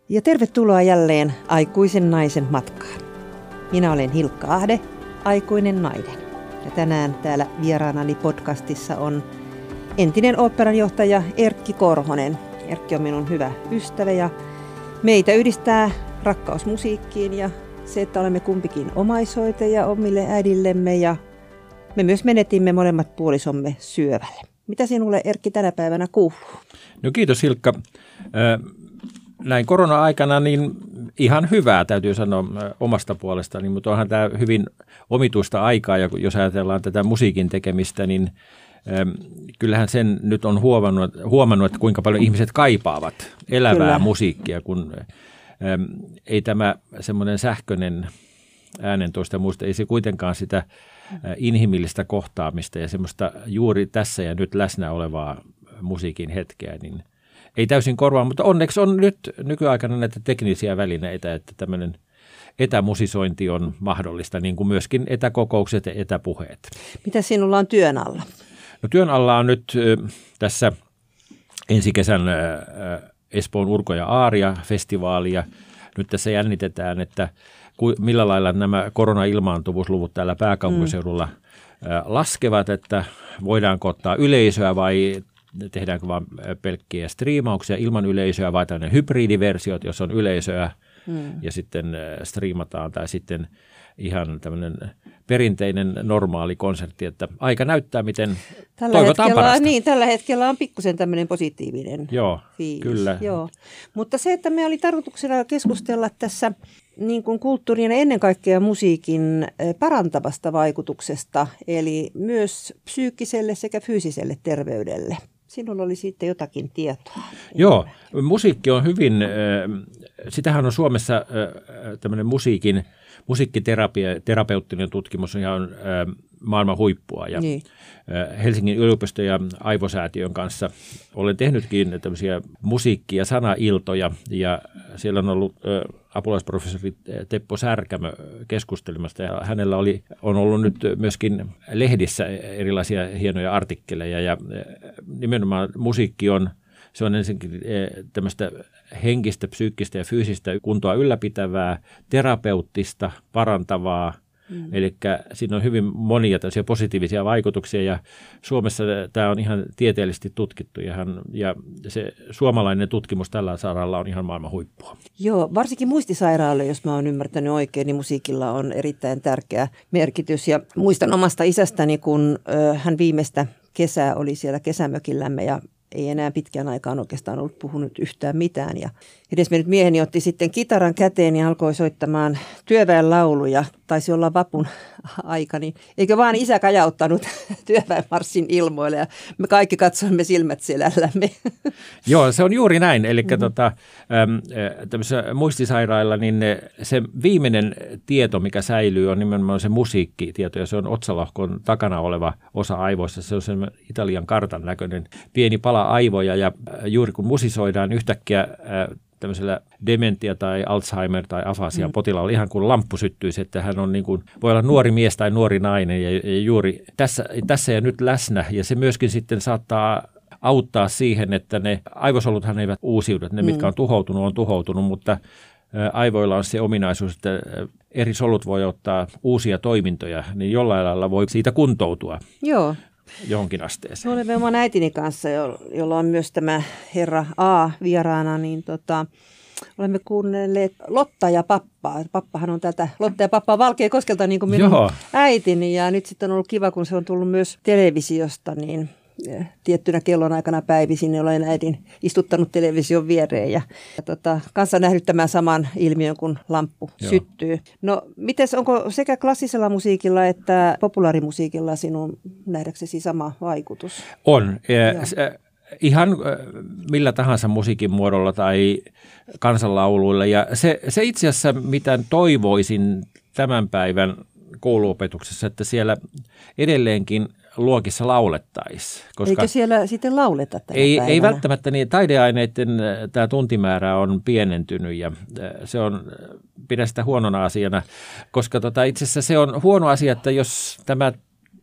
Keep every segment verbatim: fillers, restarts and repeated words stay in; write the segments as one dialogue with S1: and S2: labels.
S1: Ja tervetuloa jälleen Aikuisen naisen matkaan. Minä olen Hilkka Ahde, aikuinen nainen. Ja tänään täällä vieraanani podcastissa on entinen oopperanjohtaja Erkki Korhonen. Erkki on minun hyvä ystävä ja meitä yhdistää rakkaus musiikkiin ja se, että olemme kumpikin omaishoitajia omille äidillemme ja me myös menetimme molemmat puolisomme syövälle. Mitä sinulle, Erkki, tänä päivänä kuuluu?
S2: No kiitos, Hilkka. Näin korona-aikana niin ihan hyvää täytyy sanoa omasta puolestani, mutta onhan tämä hyvin omituista aikaa ja jos ajatellaan tätä musiikin tekemistä, niin kyllähän sen nyt on huomannut, huomannut että kuinka paljon ihmiset kaipaavat elävää Kyllä. musiikkia, kun ei tämä semmoinen sähköinen äänentoista ja muusta, ei se kuitenkaan sitä inhimillistä kohtaamista ja semmoista juuri tässä ja nyt läsnä olevaa musiikin hetkeä, niin ei täysin korvaa, mutta onneksi on nyt nykyaikana näitä teknisiä välineitä, että tämmöinen etämusisointi on mahdollista, niin kuin myöskin etäkokoukset ja etäpuheet.
S1: Mitä sinulla on työn alla?
S2: No työn alla on nyt tässä ensi kesän Espoon Urko ja Aaria-festivaali ja nyt tässä jännitetään, että millä lailla nämä korona-ilmaantuvuusluvut täällä pääkaupunkiseudulla mm. laskevat, että voidaanko ottaa yleisöä vai tehdäänkö vain pelkkiä striimauksia ilman yleisöä vai tämmöinen hybridiversiot, jos on yleisöä mm. ja sitten striimataan tai sitten ihan tämmöinen perinteinen normaali konsertti, että aika näyttää, miten tällä toivotaan
S1: hetkellä,
S2: parasta.
S1: Niin, tällä hetkellä on pikkusen tämmöinen positiivinen
S2: Joo,
S1: fiilis.
S2: Kyllä.
S1: Joo. Mutta se, että me oli tarkoituksena keskustella tässä niin kuin kulttuurin ja ennen kaikkea musiikin parantavasta vaikutuksesta, eli myös psyykkiselle sekä fyysiselle terveydelle. Sinulla oli siitä jotakin tietoa.
S2: Joo, musiikki on hyvin, sitähän on Suomessa tämmöinen musiikin, musiikkiterapia, terapeuttinen tutkimus on ihan maailman huippua. Ja niin. Helsingin yliopiston ja Aivosäätiön kanssa olen tehnytkin tämmöisiä musiikki- ja sanailtoja ja siellä on ollut apulaisprofessori Teppo Särkämö keskustelemasta ja hänellä oli, on ollut nyt myöskin lehdissä erilaisia hienoja artikkeleja ja nimenomaan musiikki on, se on ensinnäkin tämmöistä henkistä, psyykkistä ja fyysistä kuntoa ylläpitävää, terapeuttista, parantavaa. Mm. Eli siinä on hyvin monia tällaisia positiivisia vaikutuksia ja Suomessa tämä on ihan tieteellisesti tutkittu ja, hän, ja se suomalainen tutkimus tällä saralla on ihan maailman huippua.
S1: Joo, varsinkin muistisairaalle, jos mä oon ymmärtänyt oikein, niin musiikilla on erittäin tärkeä merkitys ja muistan omasta isästäni, kun ö, hän viimeistä kesää oli siellä kesämökillämme ja ei enää pitkään aikaan oikeastaan ollut puhunut yhtään mitään. Ja edesmennyt mieheni otti sitten kitaran käteen ja alkoi soittamaan työväenlauluja. Taisi olla vapun aika, niin eikö vaan isä kajauttanut työväenmarssin ilmoille ja me kaikki katsoimme silmät selällämme.
S2: Joo, se on juuri näin. Eli mm-hmm. tota, tämmöisessä muistisairailla niin se viimeinen tieto, mikä säilyy, on nimenomaan se musiikkitieto ja se on otsalohkon takana oleva osa aivoissa. Se on se Italian kartan näköinen pieni pala aivoja ja juuri kun musisoidaan yhtäkkiä tämmöisellä dementia tai Alzheimer tai afasia mm. potilaalla ihan kuin lamppu syttyisi, että hän on niin kuin, voi olla nuori mies tai nuori nainen ja, ja juuri tässä, tässä ja nyt läsnä ja se myöskin sitten saattaa auttaa siihen, että ne aivosoluthan eivät uusiudu, ne mm. mitkä on tuhoutunut on tuhoutunut, mutta aivoilla on se ominaisuus, että eri solut voi ottaa uusia toimintoja, niin jollain lailla voi siitä kuntoutua.
S1: Joo.
S2: Johonkin asteeseen.
S1: Me olemme oman äitini kanssa, jolla on myös tämä herra A vieraana, niin tota, olemme kuunnelleet Lotta ja Pappaa. Pappahan on täältä, Lotta ja Pappa on Valkeakoskelta niin kuin minun Joo. äitini ja nyt sitten on ollut kiva, kun se on tullut myös televisiosta, niin tiettynä kellonaikana päivisin, niin olen äidin istuttanut television viereen ja, ja tota, kanssa nähnyt tämän saman ilmiön, kun lamppu Joo. syttyy. No, mites, onko sekä klassisella musiikilla että populaarimusiikilla sinun nähdäksesi sama vaikutus?
S2: On. Ihan millä tahansa musiikin muodolla tai kansanlauluilla. Ja se, se itse asiassa, mitä toivoisin tämän päivän kouluopetuksessa, että siellä edelleenkin luokissa laulettaisiin.
S1: Eikö siellä sitten lauleta tänä
S2: ei,
S1: päivänä?
S2: Ei välttämättä niin. Taideaineiden tämä tuntimäärä on pienentynyt ja se on, pidän sitä huonona asiana, koska tota, itse asiassa se on huono asia, että jos tämä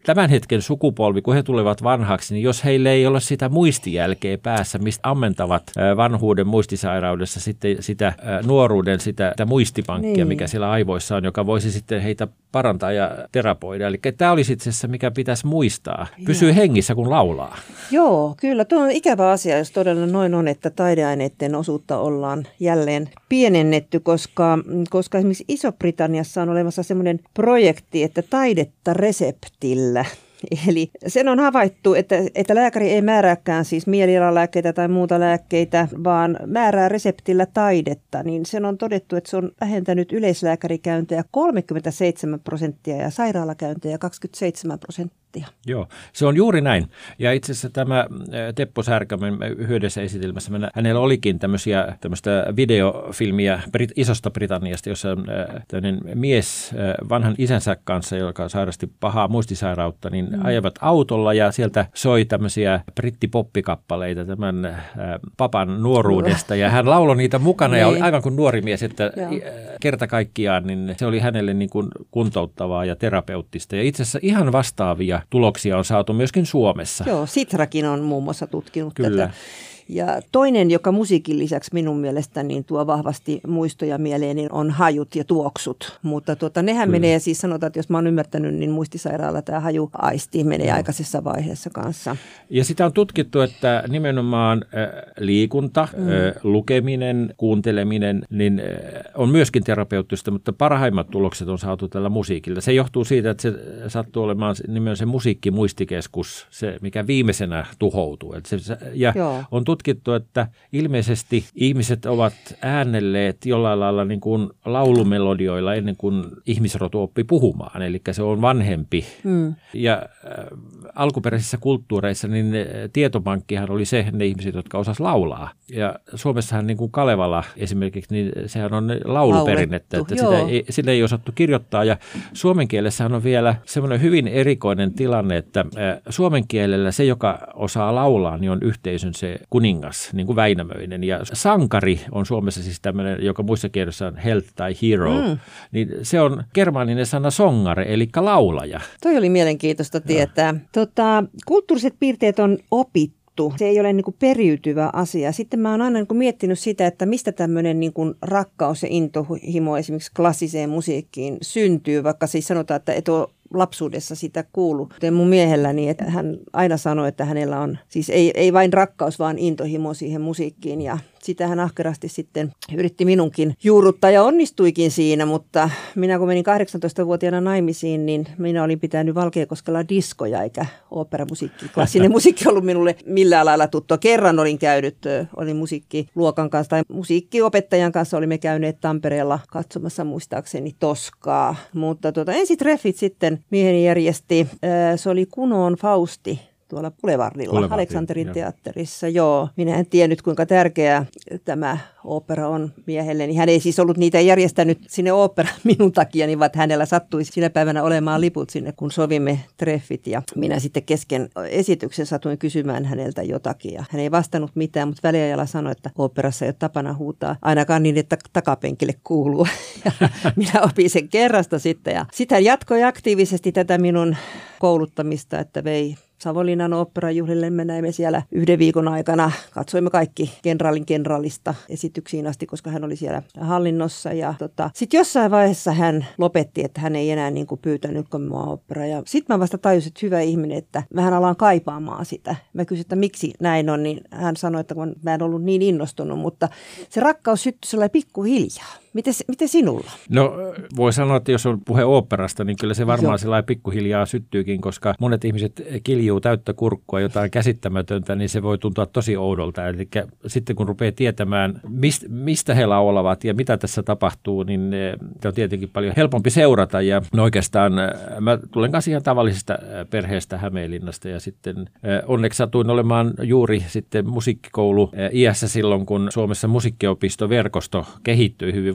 S2: tämän hetken sukupolvi, kun he tulevat vanhaksi, niin jos heille ei ole sitä muistijälkeä päässä, mistä ammentavat vanhuuden muistisairaudessa sitten sitä nuoruuden, sitä, sitä muistipankkia, niin. mikä siellä aivoissa on, joka voisi sitten heitä parantaa ja terapoida. Eli tämä olisi itse asiassa, mikä pitäisi muistaa. Pysyy Joo. hengissä, kun laulaa.
S1: Joo, kyllä. Tuo on ikävä asia, jos todella noin on, että taideaineiden osuutta ollaan jälleen pienennetty, koska, koska esimerkiksi Iso-Britanniassa on olemassa semmoinen projekti, että taidetta reseptillä. Eli sen on havaittu, että, että lääkäri ei määrääkään siis mielialalääkkeitä tai muuta lääkkeitä, vaan määrää reseptillä taidetta. Niin sen on todettu, että se on vähentänyt yleislääkärikäyntejä kolmekymmentäseitsemän prosenttia ja sairaalakäyntejä kaksikymmentäseitsemän prosenttia.
S2: Joo, se on juuri näin. Ja itse asiassa tämä Teppo Särkämön yhdessä esitelmässä, hänellä olikin tämmöisiä, tämmöistä videofilmiä Isosta Britanniasta, jossa on tämmöinen mies vanhan isänsä kanssa, joka sairasti pahaa muistisairautta, niin mm. ajavat autolla ja sieltä soi tämmöisiä brittipoppikappaleita tämän äh, papan nuoruudesta ja hän lauloi niitä mukana ja oli aivan kuin nuori mies, että Joo. kerta kaikkiaan niin se oli hänelle niin kuin kuntouttavaa ja terapeuttista ja itse asiassa ihan vastaavia tuloksia on saatu myöskin Suomessa.
S1: Joo, Sitrakin on muun muassa tutkinut
S2: Kyllä.
S1: tätä. Ja toinen, joka musiikin lisäksi minun mielestäni niin tuo vahvasti muistoja mieleen, niin on hajut ja tuoksut. Mutta tuota, nehän Kyllä. menee, siis sanotaan, että jos mä oon ymmärtänyt, niin muistisairaalla tämä hajuaisti menee no. aikaisessa vaiheessa kanssa.
S2: Ja sitä on tutkittu, että nimenomaan äh, liikunta, mm. äh, lukeminen, kuunteleminen, niin äh, on myöskin terapeuttista, mutta parhaimmat tulokset on saatu tällä musiikilla. Se johtuu siitä, että se sattuu olemaan nimenomaan se musiikkimuistikeskus, se mikä viimeisenä tuhoutuu. Et se, ja Joo. on tutkittu, että ilmeisesti ihmiset ovat äänelleet jollain lailla niin kuin laulumelodioilla ennen kuin ihmisrotu oppi puhumaan, eli se on vanhempi. Mm. Ja äh, alkuperäisissä kulttuureissa niin tietopankkihan oli se, ne ihmiset, jotka osas laulaa. Ja Suomessahan niin kuin Kalevala esimerkiksi, niin sehän on lauluperinnettä, että sitä ei, sille ei osattu kirjoittaa. Ja suomen kielessähän on vielä semmoinen hyvin erikoinen tilanne, että äh, suomen kielellä se, joka osaa laulaa, niin on yhteisön se kuningas, niin kuin Väinämöinen. Ja sankari on Suomessa siis tämmöinen, joka muissa kielissä on health tai hero, mm. niin se on germaaninen sana songare, eli laulaja.
S1: Toi oli mielenkiintoista tietää. No. Tota, kulttuuriset piirteet on opittu. Se ei ole niin kuin periytyvä asia. Sitten mä oon aina niin kuin miettinyt sitä, että mistä tämmöinen niin kuin rakkaus ja intohimo esimerkiksi klassiseen musiikkiin syntyy, vaikka siis sanotaan, että et ole lapsuudessa sitä kuulu. Kuten mun miehelläni, että hän aina sanoi, että hänellä on siis ei, ei vain rakkaus, vaan intohimo siihen musiikkiin. Ja sitä hän ahkerasti sitten yritti minunkin juurruttaa ja onnistuikin siinä, mutta minä kun menin kahdeksantoistavuotiaana naimisiin, niin minä olin pitänyt Valkeakoskella diskoja eikä oopperamusiikki. Klassinen musiikki ollut minulle millään lailla tuttua. Kerran olin käynyt, olin musiikkiluokan kanssa tai musiikkiopettajan kanssa olimme käyneet Tampereella katsomassa muistaakseni Toskaa. Mutta tuota, ensitreffit sitten mieheni järjesti, se oli Kunoon Fausti tuolla Boulevardilla, Aleksanterin teatterissa. Joo, minä en tiennyt kuinka tärkeä tämä ooppera on miehelleni. Hän ei siis ollut niitä järjestänyt sinne oopperaan minun takiani, vaan hänellä sattui sinä päivänä olemaan liput sinne, kun sovimme treffit. Ja minä sitten kesken esityksen satuin kysymään häneltä jotakin. Ja hän ei vastannut mitään, mutta väliajalla sanoi, että oopperassa ei ole tapana huutaa ainakaan niin, että takapenkille kuuluu. Ja minä opin sen kerrasta sitten. Ja sitten hän jatkoi aktiivisesti tätä minun kouluttamista, että vei Savonlinnan oopperajuhlille. Me näimme siellä yhden viikon aikana. Katsoimme kaikki kenraalin kenraalista esityksiin asti, koska hän oli siellä hallinnossa. Ja tota, sitten jossain vaiheessa hän lopetti, että hän ei enää niin kuin pyytänyt mua oopperaa. Ja sitten mä vasta tajusin, että hyvä ihminen, että mähän alan kaipaamaan sitä. Mä kysyin, että miksi näin on, niin hän sanoi, että kun mä en ollut niin innostunut, mutta se rakkaus syttyi sellainen pikkuhiljaa. Miten, miten sinulla?
S2: No voi sanoa, että jos on puhe oopperasta, niin kyllä se varmaan sellainen pikkuhiljaa syttyykin, koska monet ihmiset kiljuu täyttä kurkkua, jotain käsittämätöntä, niin se voi tuntua tosi oudolta. Eli sitten kun rupeaa tietämään, mistä he laulavat ja mitä tässä tapahtuu, niin se on tietenkin paljon helpompi seurata. Ja no oikeastaan mä tulen kanssa ihan tavallisesta perheestä Hämeenlinnasta ja sitten onneksi satuin olemaan juuri sitten musiikkikoulu iässä silloin, kun Suomessa musiikkiopistoverkosto kehittyi hyvin voimakkaasti.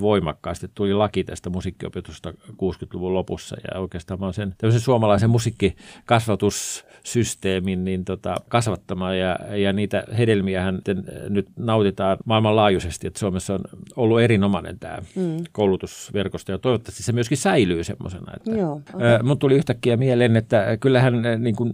S2: voimakkaasti. Tuli laki tästä musiikkiopetusta kuusikymmentäluvun lopussa ja oikeastaan mä oon sen tämmöisen suomalaisen musiikkikasvatussysteemin niin tota, kasvattamaan ja, ja niitä hedelmiähän nyt nautitaan maailmanlaajuisesti, että Suomessa on ollut erinomainen tämä mm. koulutusverkosto ja toivottavasti se myöskin säilyy semmoisena.
S1: Joo, okay.
S2: Mun tuli yhtäkkiä mieleen, että kyllähän niin kuin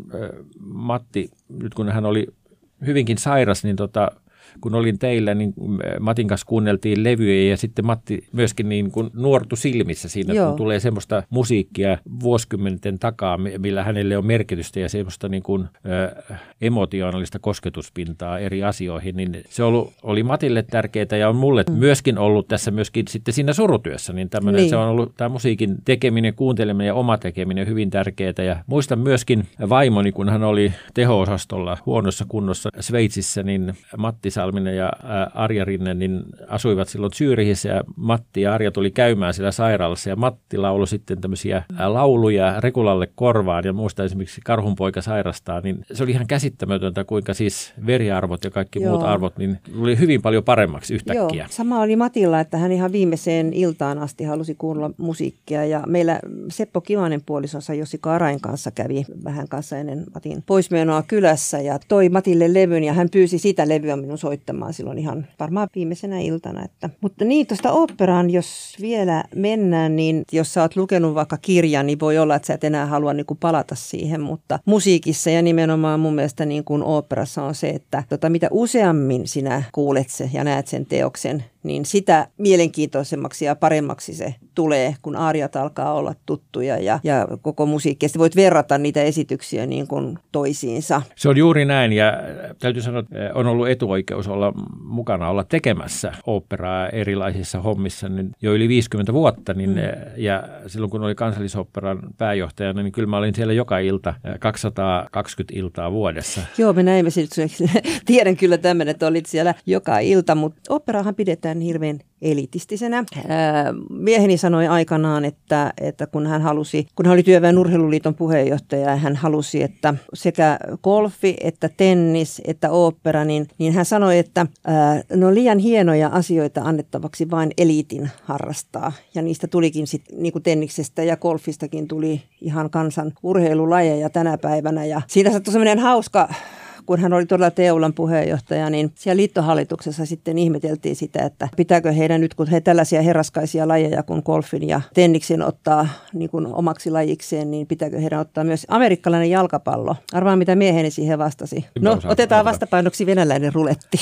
S2: Matti, nyt kun hän oli hyvinkin sairas, niin tota, kun olin teillä, niin Matin kanssa kuunneltiin levyjä ja sitten Matti myöskin niin kuin nuortu silmissä siinä, Joo. kun tulee semmoista musiikkia vuosikymmenten takaa, millä hänelle on merkitystä ja semmoista niin kuin, äh, emotionaalista kosketuspintaa eri asioihin, niin se oli, oli Matille tärkeää ja on mulle mm. myöskin ollut tässä myöskin sitten siinä surutyössä, niin tämmöinen niin. se on ollut tämä musiikin tekeminen, kuunteleminen ja oma tekeminen hyvin tärkeää ja muistan myöskin vaimoni, kun hän oli teho-osastolla huonossa kunnossa Sveitsissä, niin Matti Salminen ja Arja Rinne niin asuivat silloin Zyyrihissä ja Matti ja Arja tuli käymään siellä sairaalassa ja Matti lauloi sitten tämmöisiä lauluja Rekulalle korvaan ja muista esimerkiksi Karhunpoika sairastaa, niin se oli ihan käsittämätöntä, kuinka siis veriarvot ja kaikki Joo. muut arvot niin oli hyvin paljon paremmaksi yhtäkkiä.
S1: Joo. Sama oli Matilla, että hän ihan viimeiseen iltaan asti halusi kuunnella musiikkia ja meillä Seppo Kivanen puolisonsa Jussi Karain kanssa kävi vähän kanssa ennen Matin poismenoa kylässä ja toi Matille levyn ja hän pyysi sitä levyä minun soittamaan silloin ihan varmaan viimeisenä iltana. Että. Mutta niin, tuosta oopperaan, jos vielä mennään, niin jos sä oot lukenut vaikka kirjan, niin voi olla, että sä et enää halua niin kuin palata siihen, mutta musiikissa ja nimenomaan mun mielestä niin kuin oopperassa on se, että tota, mitä useammin sinä kuulet se ja näet sen teoksen, niin sitä mielenkiintoisemmaksi ja paremmaksi se tulee, kun aariat alkaa olla tuttuja ja, ja koko musiikki. Ja voit verrata niitä esityksiä niin kuin toisiinsa.
S2: Se on juuri näin ja täytyy sanoa, että on ollut etuoikeus olla mukana, olla tekemässä oopperaa erilaisissa hommissa niin jo yli viisikymmentä vuotta. Niin, mm. Ja silloin kun oli Kansallisoopperan pääjohtajana, niin kyllä mä olin siellä joka ilta, kaksisataakaksikymmentä iltaa vuodessa.
S1: Joo, me näimme sitten, tiedän kyllä tämmöinen, että olit siellä joka ilta, mutta oopperaahan pidetään hirveän elitistisenä. Ää, mieheni sanoi aikanaan, että, että kun hän halusi, kun hän oli Työväen Urheiluliiton puheenjohtaja ja hän halusi, että sekä golfi, että tennis, että ooppera, niin, niin hän sanoi, että ää, ne on liian hienoja asioita annettavaksi vain eliitin harrastaa. Ja niistä tulikin sitten, niin kuin tenniksestä ja golfistakin tuli ihan kansan urheilulajeja tänä päivänä. Ja siinä sattui semmoinen hauska, kun hän oli todella Teulan puheenjohtaja, niin siellä liittohallituksessa sitten ihmeteltiin sitä, että pitääkö heidän nyt, kun he tällaisia herraskaisia lajeja kuin golfin ja tenniksen ottaa niin kuin omaksi lajikseen, niin pitääkö heidän ottaa myös amerikkalainen jalkapallo. Arvaa, mitä mieheni siihen vastasi. No, no otetaan vastapainoksi venäläinen ruletti.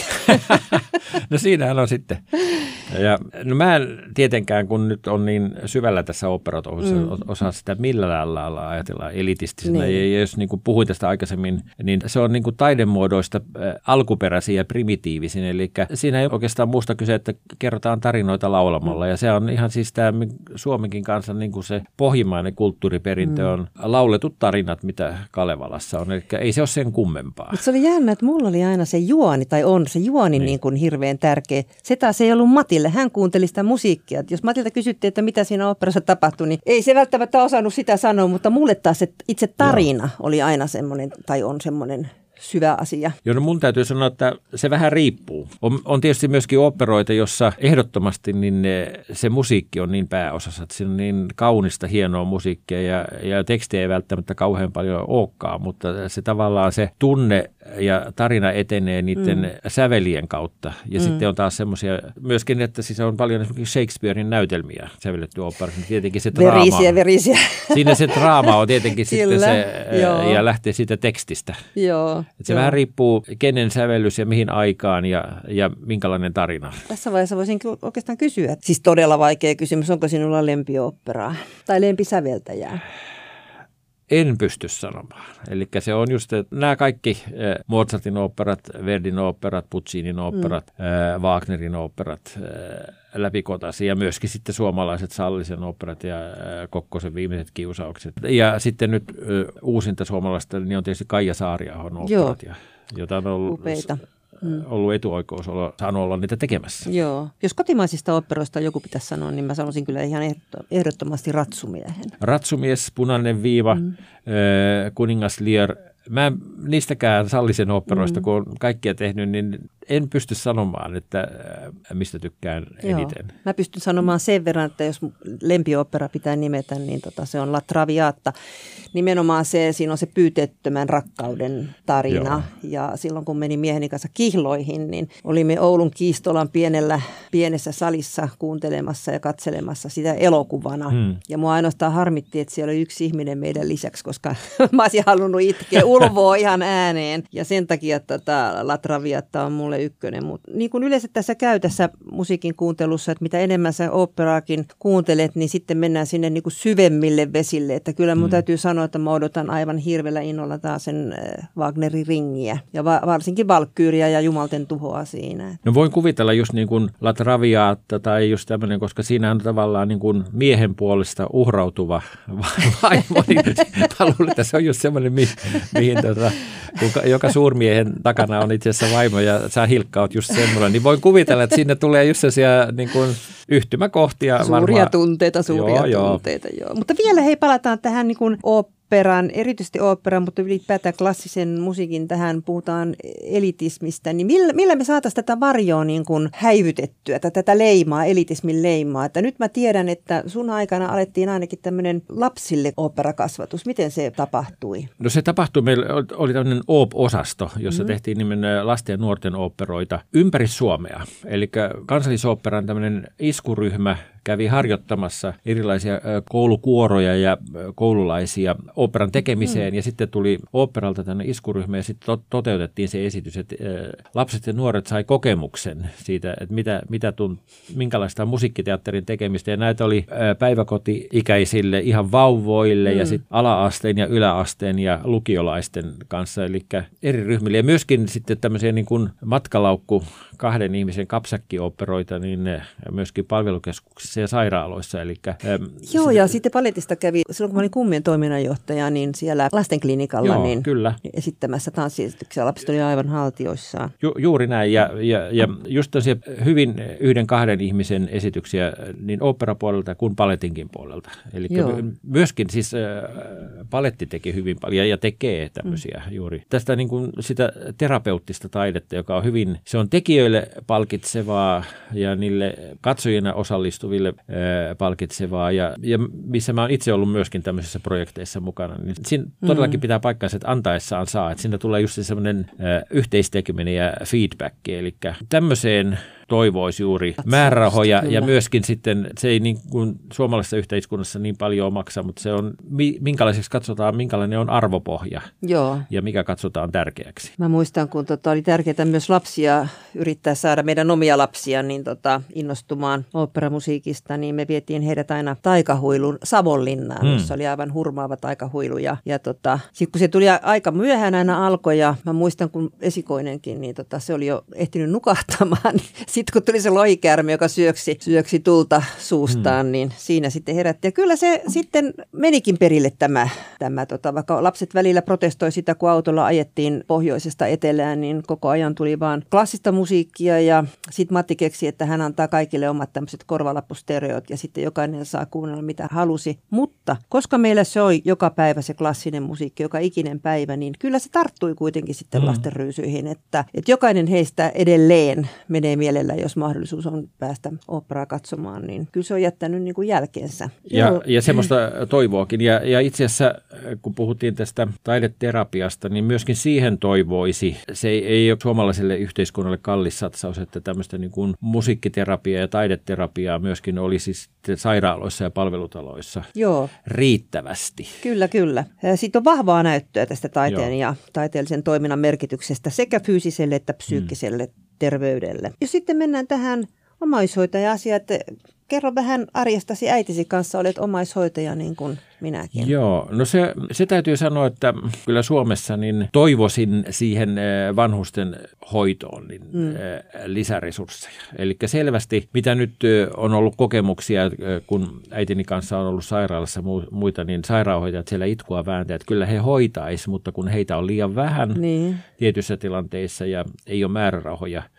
S2: No siinähän on sitten. Ja, no mä en tietenkään, kun nyt on niin syvällä tässä oopperatouhussa, mm. osaa sitä millä lailla ajatellaan elitistisenä. Niin. Ja jos niin kuin puhuin tästä aikaisemmin, niin se on niin kuin taidemuodoista äh, alkuperäisiä ja primitiivisin. Eli siinä ei oikeastaan muusta kyse, että kerrotaan tarinoita laulamalla. Mm. Ja se on ihan siis tämä Suomenkin kanssa niin kuin se pohjimmainen kulttuuriperintö mm. on lauletut tarinat, mitä Kalevalassa on. Eli ei se ole sen kummempaa.
S1: Mutta se oli jännä, että mulla oli aina se juoni, tai on se juoni niin. Niin kuin hirveän tärkeä. Se taas ei ollut Matille. Hän kuunteli sitä musiikkia. Jos Matilta kysyttiin, että mitä siinä oopperassa tapahtui, niin ei se välttämättä osannut sitä sanoa, mutta mulle taas se itse tarina Joo. oli aina semmoinen, tai on semmoinen syvä asia.
S2: Joo, no mun täytyy sanoa, että se vähän riippuu. On, on tietysti myöskin oopperoita, jossa ehdottomasti niin se musiikki on niin pääosassa, että siinä on niin kaunista, hienoa musiikkia ja, ja tekstiä ei välttämättä kauhean paljon olekaan, mutta se tavallaan se tunne ja tarina etenee niiden mm. sävelien kautta. Ja mm. sitten on taas semmoisia, myöskin, että siis on paljon esimerkiksi Shakespearein näytelmiä sävelletty oopperassa, niin tietenkin se draama.
S1: Verisiä, verisiä.
S2: Siinä se draama on tietenkin sitten se, Joo. ja lähtee siitä tekstistä.
S1: Joo.
S2: Se Joo. vähän riippuu, kenen sävellys ja mihin aikaan ja, ja minkälainen tarina.
S1: Tässä vaiheessa voisin oikeastaan kysyä. Siis todella vaikea kysymys, onko sinulla lempioopperaa tai lempisäveltäjää?
S2: En pysty sanomaan. Eli se on just, että nämä kaikki äh, Mozartin oopperat, Verdin oopperat, Puccinin oopperat, mm. äh, Wagnerin oopperat äh, läpikotasi ja myöskin sitten suomalaiset Sallisen oopperat ja äh, Kokkosen viimeiset kiusaukset. Ja sitten nyt äh, uusinta suomalaista, niin on tietysti Kaija Saariahon oopperat, ja, jota on ollut,
S1: Upeita. Mm.
S2: ollut etuoikeus olla, saanut olla niitä tekemässä.
S1: Joo. Jos kotimaisista oopperoista joku pitäisi sanoa, niin mä sanoisin kyllä ihan ehdottomasti Ratsumiehen.
S2: Ratsumies, Punainen viiva, mm. äh, Kuningas Lear, mä en niistäkään Sallisen oopperoista, mm. kun on kaikkia tehnyt, niin en pysty sanomaan, että mistä tykkään eniten.
S1: Joo. Mä pystyn sanomaan sen verran, että jos lempioopera pitää nimetä, niin tota, se on La Traviata. Nimenomaan se, siinä on se pyyteettömän rakkauden tarina. Joo. Ja silloin kun menin mieheni kanssa kihloihin, niin olimme Oulun Kiistolan pienellä, pienessä salissa kuuntelemassa ja katselemassa sitä elokuvana. Hmm. Ja mua ainoastaan harmitti, että siellä oli yksi ihminen meidän lisäksi, koska mä olisin halunnut itkeä ulvoa ihan ääneen. Ja sen takia tota, La Traviata on mulle ykkönen. Mutta niin kuin yleensä tässä käy tässä musiikin kuuntelussa, että mitä enemmän sä oopperaakin kuuntelet, niin sitten mennään sinne niin kuin syvemmille vesille. Että kyllä mun hmm. täytyy sanoa, että mä odotan aivan hirveällä innolla taas sen Wagnerin ringiä. Ja va- varsinkin Valkkyyriä ja Jumalten tuhoa siinä.
S2: No voin kuvitella just niin kuin La Traviata tai just tämmöinen, koska siinä on tavallaan niin kuin miehen puolesta uhrautuva vaimo. Mä luulen, että se on just semmoinen, mi- mihin tota, joka suurmiehen takana on itse asiassa vaimo ja sä Hilkka oot just semmoinen. Niin voin kuvitella, että sinne tulee just sellaisia niin kuin yhtymäkohtia.
S1: Suuria
S2: varmaan.
S1: tunteita, suuria joo, tunteita, joo. joo. Mutta vielä hei, palataan tähän niin kuin oopperan, erityisesti oopperan, mutta ylipäätään klassisen musiikin tähän puhutaan elitismistä. Niin millä, millä me saataisiin tätä varjoa niin kuin häivytettyä, tätä, tätä leimaa, elitismin leimaa? Että nyt mä tiedän, että sun aikana alettiin ainakin tämmöinen lapsille oopperakasvatus. Miten se tapahtui?
S2: No se tapahtui, meillä oli tämmöinen O P-osasto, jossa mm-hmm. tehtiin nimen lasten ja nuorten oopperoita ympäri Suomea. Eli Kansallisoopperan tämmöinen iskuryhmä kävi harjoittamassa erilaisia koulukuoroja ja koululaisia oopperan tekemiseen mm. ja sitten tuli oopperalta tänne iskuryhmä ja sitten to- toteutettiin se esitys, että lapset ja nuoret sai kokemuksen siitä, että mitä, mitä tunt, minkälaista on musiikkiteatterin tekemistä ja näitä oli päiväkoti-ikäisille ihan vauvoille mm. ja sitten ala-asteen ja yläasteen ja lukiolaisten kanssa, eli eri ryhmille ja myöskin sitten tämmöisiä niin kuin matkalaukku kahden ihmisen kapsakki-oopperoita niin myöskin palvelukeskuksissa ja sairaaloissa. Elikkä,
S1: äm, Joo, sitä, ja sitten paletista kävi, silloin kun mä olin kummien toiminnanjohtaja, niin siellä lastenklinikalla
S2: joo,
S1: niin
S2: kyllä.
S1: esittämässä tanssiesityksiä. Lapset oli aivan haltioissaan.
S2: Ju, juuri näin, ja, ja, ja just tällaisia hyvin yhden kahden ihmisen esityksiä niin oopperapuolelta kuin paletinkin puolelta. Eli myöskin siis äh, paletti teki hyvin paljon ja tekee tämmöisiä mm. juuri. Tästä niin kuin sitä terapeuttista taidetta, joka on hyvin, se on tekijöille palkitsevaa ja niille katsojina osallistuville ää, palkitsevaa ja, ja missä mä oon itse ollut myöskin tämmöisissä projekteissa mukana, niin siinä todellakin pitää paikkaansa, että antaessaan saa, että siinä tulee just semmoinen yhteistekeminen ja feedback, eli tämmöiseen toivoisi juuri määrärahoja ja myöskin sitten se ei niin kuin suomalaisessa yhteiskunnassa niin paljon maksa, mutta se on, minkälaiseksi katsotaan, minkälainen on arvopohja
S1: Joo.
S2: ja mikä katsotaan tärkeäksi.
S1: Mä muistan, kun tota oli tärkeää myös lapsia yrittää saada meidän omia lapsia niin tota, innostumaan oopperamusiikista, niin me vietiin heidät aina taikahuilun Savonlinnaan, hmm. jossa oli aivan hurmaava taikahuilu. Ja, ja tota, sitten kun se tuli aika myöhään aina alkoi ja mä muistan, kun esikoinenkin, niin tota, se oli jo ehtinyt nukahtamaan, sitten kun tuli se lohikäärme, joka syöksi, syöksi tulta suustaan, hmm. niin siinä sitten herätti. Ja kyllä se sitten menikin perille tämä, tämä tota, vaikka lapset välillä protestoi sitä, kun autolla ajettiin pohjoisesta etelään, niin koko ajan tuli vaan klassista musiikkia ja sitten Matti keksi, että hän antaa kaikille omat tämmöiset korvalappustereot ja sitten jokainen saa kuunnella mitä halusi. Mutta koska meillä soi joka päivä se klassinen musiikki, joka ikinen päivä, niin kyllä se tarttui kuitenkin sitten hmm. lasten ryysyihin, että, että jokainen heistä edelleen menee mielellä, jos mahdollisuus on päästä oopperaa katsomaan, niin kyllä se on jättänyt niin kuin jälkeensä.
S2: Ja, ja semmoista toivoakin. Ja, ja itse asiassa, kun puhuttiin tästä taideterapiasta, niin myöskin siihen toivoisi. Se ei, ei ole suomalaiselle yhteiskunnalle kallis satsaus, että tämmöistä niin kuin musiikkiterapiaa ja taideterapiaa myöskin olisi sairaaloissa ja palvelutaloissa Joo. riittävästi.
S1: Kyllä, kyllä. Sitten on vahvaa näyttöä tästä taiteen Joo. ja taiteellisen toiminnan merkityksestä sekä fyysiselle että psyykkiselle hmm. terveydelle. Ja sitten mennään tähän omaishoitaja-asiaan, että kerro vähän arjestasi äitisi kanssa, olet omaishoitaja niin kuin minäkin.
S2: Joo, no se, se täytyy sanoa, että kyllä Suomessa niin toivoisin siihen vanhusten hoitoon niin mm. lisäresursseja. Eli selvästi, mitä nyt on ollut kokemuksia, kun äitini kanssa on ollut sairaalassa muita, niin sairaanhoitajat siellä itkua vääntää, että kyllä he hoitaisi, mutta kun heitä on liian vähän niin. tietyissä tilanteissa ja ei ole määrärahoja.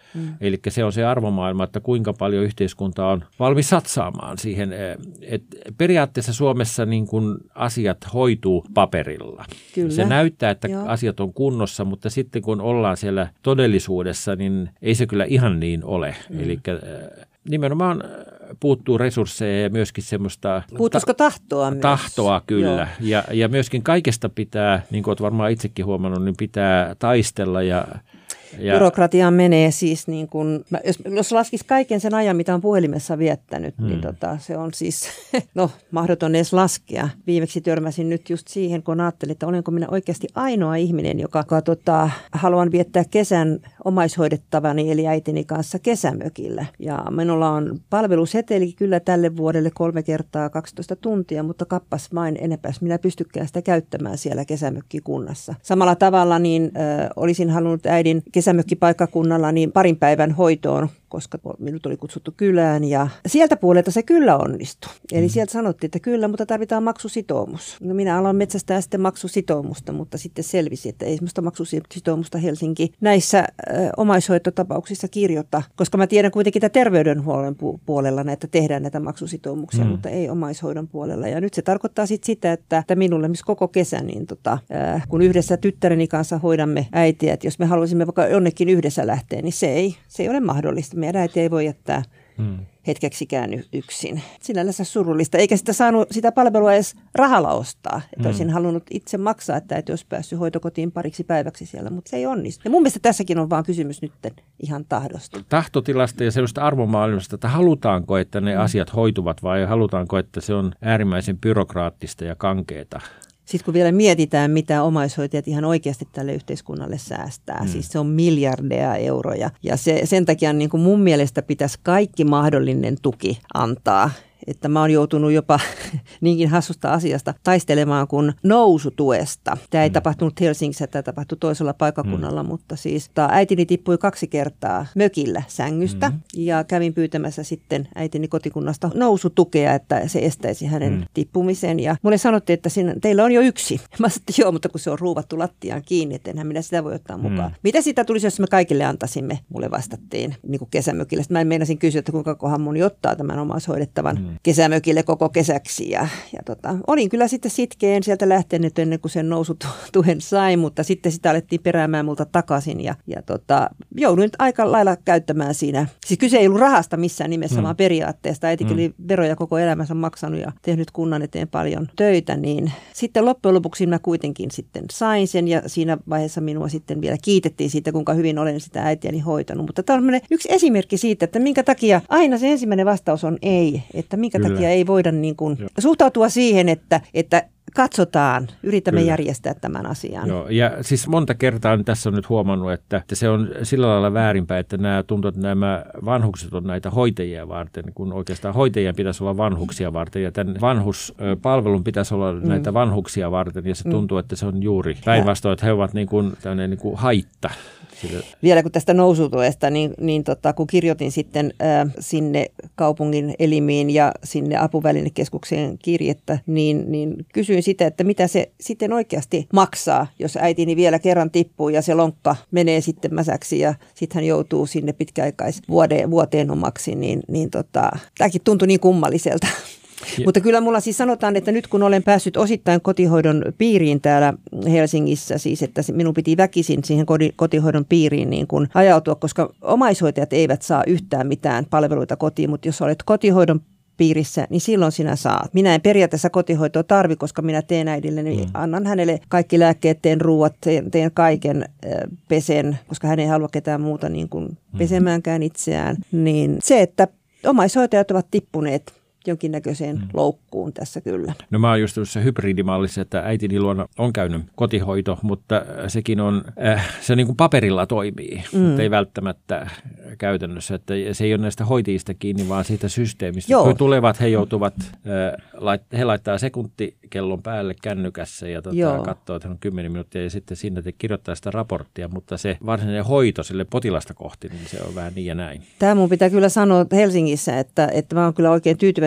S2: Mm. Eli se on se arvomaailma, että kuinka paljon yhteiskunta on valmis satsaamaan siihen. Et periaatteessa Suomessa niin kun asiat hoituu paperilla.
S1: Kyllä.
S2: Se näyttää, että
S1: Joo.
S2: asiat on kunnossa, mutta sitten kun ollaan siellä todellisuudessa, niin ei se kyllä ihan niin ole. Mm. Eli nimenomaan puuttuu resursseja ja myöskin semmoista...
S1: Puuttuisiko tahtoa myös?
S2: Tahtoa, kyllä. Ja, ja myöskin kaikesta pitää, niin kuin olet varmaan itsekin huomannut, niin pitää taistella ja... Ja
S1: byrokratiaan menee siis, niin kuin, jos, jos laskisi kaiken sen ajan, mitä on puhelimessa viettänyt, hmm. niin tota, se on siis no, mahdoton edes laskea. Viimeksi törmäsin nyt just siihen, kun ajattelin, että olenko minä oikeasti ainoa ihminen, joka, joka tota, haluan viettää kesän omaishoidettavani eli äitini kanssa kesämökillä. Ja minulla on palveluseteli kyllä tälle vuodelle kolme kertaa kaksitoista tuntia, mutta kappas main enepäs minä pystykään sitä käyttämään siellä kesämökkikunnassa. Samalla tavalla niin ö, olisin halunnut äidin kesämökkipaikkakunnalla niin parin päivän hoitoon, koska minut oli kutsuttu kylään ja sieltä puolelta se kyllä onnistui. Eli mm. sieltä sanottiin, että kyllä, mutta tarvitaan maksusitoumus. No minä aloin metsästää sitten maksusitoumusta, mutta sitten selvisi, että ei sellaista maksusitoumusta Helsinki näissä ö, omaishoitotapauksissa kirjoita, koska mä tiedän kuitenkin, että terveydenhuollon puolella näitä tehdään näitä maksusitoumuksia, mm. mutta ei omaishoidon puolella. Ja nyt se tarkoittaa sitten sitä, että, että minulle missä koko kesän, niin tota, ö, kun yhdessä tyttäreni kanssa hoidamme äitiä, että jos me haluaisimme vaikka jonnekin yhdessä lähteä, niin se ei, se ei ole mahdollista. Meidän äiti ei voi jättää hmm. hetkeksikään yksin. Sinällänsä surullista, eikä sitä saanut sitä palvelua edes rahalla ostaa. Että hmm. olisin halunnut itse maksaa, että äiti olisi päässyt hoitokotiin pariksi päiväksi siellä, mutta se ei onnistu. Ja mun mielestä tässäkin on vaan kysymys nyt ihan tahdosta.
S2: Tahtotilasta ja sellaista arvomaailmasta, että halutaanko, että ne hmm. asiat hoituvat vai halutaanko, että se on äärimmäisen byrokraattista ja kankeeta.
S1: Sitten kun vielä mietitään, mitä omaishoitajat ihan oikeasti tälle yhteiskunnalle säästää, mm. siis se on miljardeja euroja. Ja se, sen takia niin kuin mun mielestä pitäisi kaikki mahdollinen tuki antaa. Että mä oon joutunut jopa niinkin hassusta asiasta taistelemaan kuin nousutuesta. Tämä ei mm. tapahtunut Helsingissä, tämä tapahtui toisella paikkakunnalla, mm. mutta siis äitini tippui kaksi kertaa mökillä sängystä mm. ja kävin pyytämässä sitten äitini kotikunnasta nousutukea, että se estäisi hänen mm. tippumisen. Ja mulle sanottiin, että siinä, teillä on jo yksi. Mä sanoin, että joo, mutta kun se on ruuvattu lattiaan kiinni, että enhän minä sitä voi ottaa mukaan. Mm. Mitä siitä tulisi, jos me kaikille antaisimme? Mulle vastattiin niin kuin kesämökillä. Sitten mä meinasin kysyä, että kuinka kohan moni ottaa tämän omaishoidettavan mm. kesämökille koko kesäksi ja, ja tota, olin kyllä sitten sitkeen sieltä lähtenyt ennen kuin sen nousutuen sai, mutta sitten sitä alettiin peräämään multa takaisin ja, ja tota, jouduin aika lailla käyttämään siinä. Siis kyse ei ollut rahasta missään nimessä, mm. vaan periaatteesta. Äitikin mm. oli veroja koko elämänsä maksanut ja tehnyt kunnan eteen paljon töitä, niin sitten loppujen lopuksi mä kuitenkin sitten sain sen ja siinä vaiheessa minua sitten vielä kiitettiin siitä, kuinka hyvin olen sitä äitiäni hoitanut. Mutta tämä on yksi esimerkki siitä, että minkä takia aina se ensimmäinen vastaus on ei, että minkä Kyllä. takia ei voida niin kuin suhtautua siihen, että, että katsotaan, yritämme Kyllä. järjestää tämän asian.
S2: Joo, ja siis monta kertaa tässä on nyt huomannut, että, että se on sillä lailla väärinpäin, että nämä tuntuu, että nämä vanhukset on näitä hoitajia varten, kun oikeastaan hoitajien pitäisi olla vanhuksia varten, ja tämän vanhuspalvelun pitäisi olla mm. näitä vanhuksia varten, ja se tuntuu, että se on juuri päinvastoin, että he ovat niin kuin tämmöinen niin kuin haitta. Sille.
S1: Vielä kun tästä nousutuesta, niin, niin tota, kun kirjoitin sitten äh, sinne kaupungin elimiin ja sinne apuvälinekeskukseen kirjettä, niin, niin kysyin sitä, että mitä se sitten oikeasti maksaa, jos äitini vielä kerran tippuu ja se lonkka menee sitten mäsäksi ja sitten hän joutuu sinne pitkäaikaisvuoteen vuoteen omaksi, niin, niin tota, tämäkin tuntui niin kummalliselta. Ja. Mutta kyllä mulla siis sanotaan, että nyt kun olen päässyt osittain kotihoidon piiriin täällä Helsingissä, siis että minun piti väkisin siihen kotihoidon piiriin niin kuin ajautua, koska omaishoitajat eivät saa yhtään mitään palveluita kotiin, mutta jos olet kotihoidon piirissä, niin silloin sinä saat. Minä en periaatteessa kotihoitoa tarvi, koska minä teen äidille, niin mm. annan hänelle kaikki lääkkeet, teen ruuat, teen, teen kaiken, äh, pesen, koska hän ei halua ketään muuta niin kuin pesemäänkään itseään. Niin se, että omaishoitajat ovat tippuneet jonkinnäköiseen mm. loukkuun tässä kyllä.
S2: No mä oon just tuossa hybridimallissa, että äitini luona on käynyt kotihoito, mutta sekin on, äh, se niin kuin paperilla toimii, mm. mutta ei välttämättä käytännössä. Että se ei ole näistä hoitajista kiinni, vaan siitä systeemistä. Joo. Kun tulevat, he joutuvat, äh, lait, he laittaa sekuntikellon päälle kännykässä ja tota, katsoo, että on kymmenen minuuttia ja sitten siinä te kirjoittaa sitä raporttia, mutta se varsinainen hoito sille potilasta kohti, niin se on vähän niin ja näin.
S1: Tämä mun pitää kyllä sanoa Helsingissä, että, että mä oon kyllä oikein tyytyväinen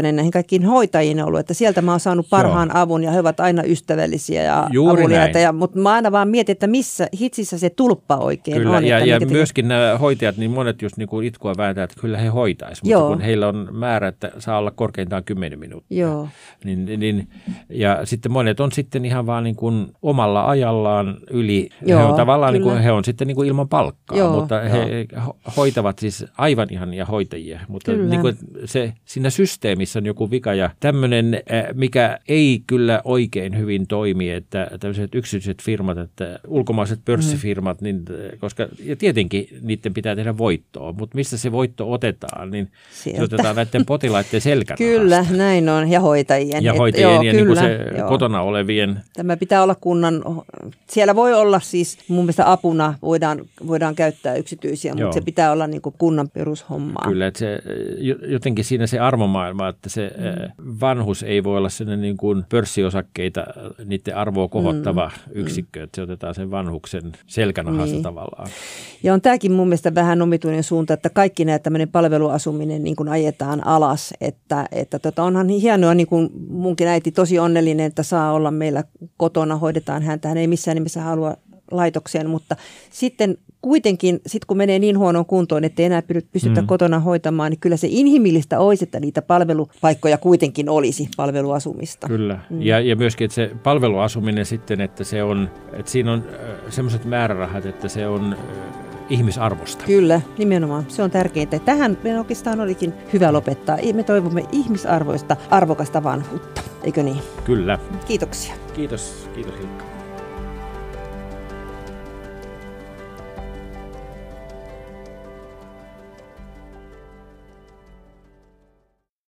S1: tyytyväinen näihin kaikkiin hoitajiin ollut, että sieltä mä oon saanut parhaan Joo. avun ja he ovat aina ystävällisiä ja
S2: Juuri
S1: avuliaita. Ja, mutta mä aina vaan mietin, että missä hitsissä se tulppa oikein
S2: kyllä,
S1: on.
S2: Ja, ja myöskin nämä hoitajat, niin monet just niin kuin itkua vääntää, että kyllä he hoitaisivat, mutta Joo. kun heillä on määrä, että saa olla korkeintaan kymmenen minuuttia.
S1: Joo.
S2: Niin, niin, ja sitten monet on sitten ihan vaan niin kuin omalla ajallaan yli. Joo, he on tavallaan niin kuin, he on sitten niin kuin ilman palkkaa, Joo, mutta jo. he hoitavat siis aivan ihania hoitajia. Mutta niin kuin se, siinä systeemissä on joku vika ja tämmöinen, mikä ei kyllä oikein hyvin toimi, että tämmöiset yksityiset firmat, että ulkomaiset pörssifirmat, mm. niin, koska ja tietenkin niiden pitää tehdä voittoa, mutta mistä se voitto otetaan, niin Sieltä. se otetaan näiden potilaiden selkänahasta.
S1: Kyllä, näin on, ja hoitajien.
S2: Ja hoitajien Et, joo, ja kyllä, niin kuin se joo. kotona olevien.
S1: Tämä pitää olla kunnan, siellä voi olla siis mun mielestä apuna, voidaan, voidaan käyttää yksityisiä, mutta joo. se pitää olla niin kuin kunnan perushommaa.
S2: Kyllä, että se, jotenkin siinä se arvomaailma, että se mm. vanhus ei voi olla sellainen niin kuin pörssiosakkeita, niiden arvoa kohottava mm. yksikkö, että se otetaan sen vanhuksen selkänahasta niin. tavallaan.
S1: Ja on tämäkin mun mielestä vähän omituinen suunta, että kaikki nämä tämmöinen palveluasuminen niin kuin ajetaan alas, että, että tota onhan hienoa, niin kuin munkin äiti tosi onnellinen, että saa olla meillä kotona, hoidetaan häntä, hän ei missään nimessä halua laitokseen, mutta sitten kuitenkin, sit kun menee niin huonoon kuntoon, että ei enää pystytä mm. kotona hoitamaan, niin kyllä se inhimillistä olisi, että niitä palvelupaikkoja kuitenkin olisi, palveluasumista.
S2: Kyllä, mm. ja, ja myöskin, että se palveluasuminen sitten, että se on, että siinä on semmoiset määrärahat, että se on ihmisarvosta.
S1: Kyllä, nimenomaan. Se on tärkeintä. Tähän meidän oikeastaan olikin hyvä lopettaa. Me toivomme ihmisarvoista, arvokasta vanhuutta. Eikö niin?
S2: Kyllä.
S1: Kiitoksia.
S2: Kiitos. Kiitos Hilkka.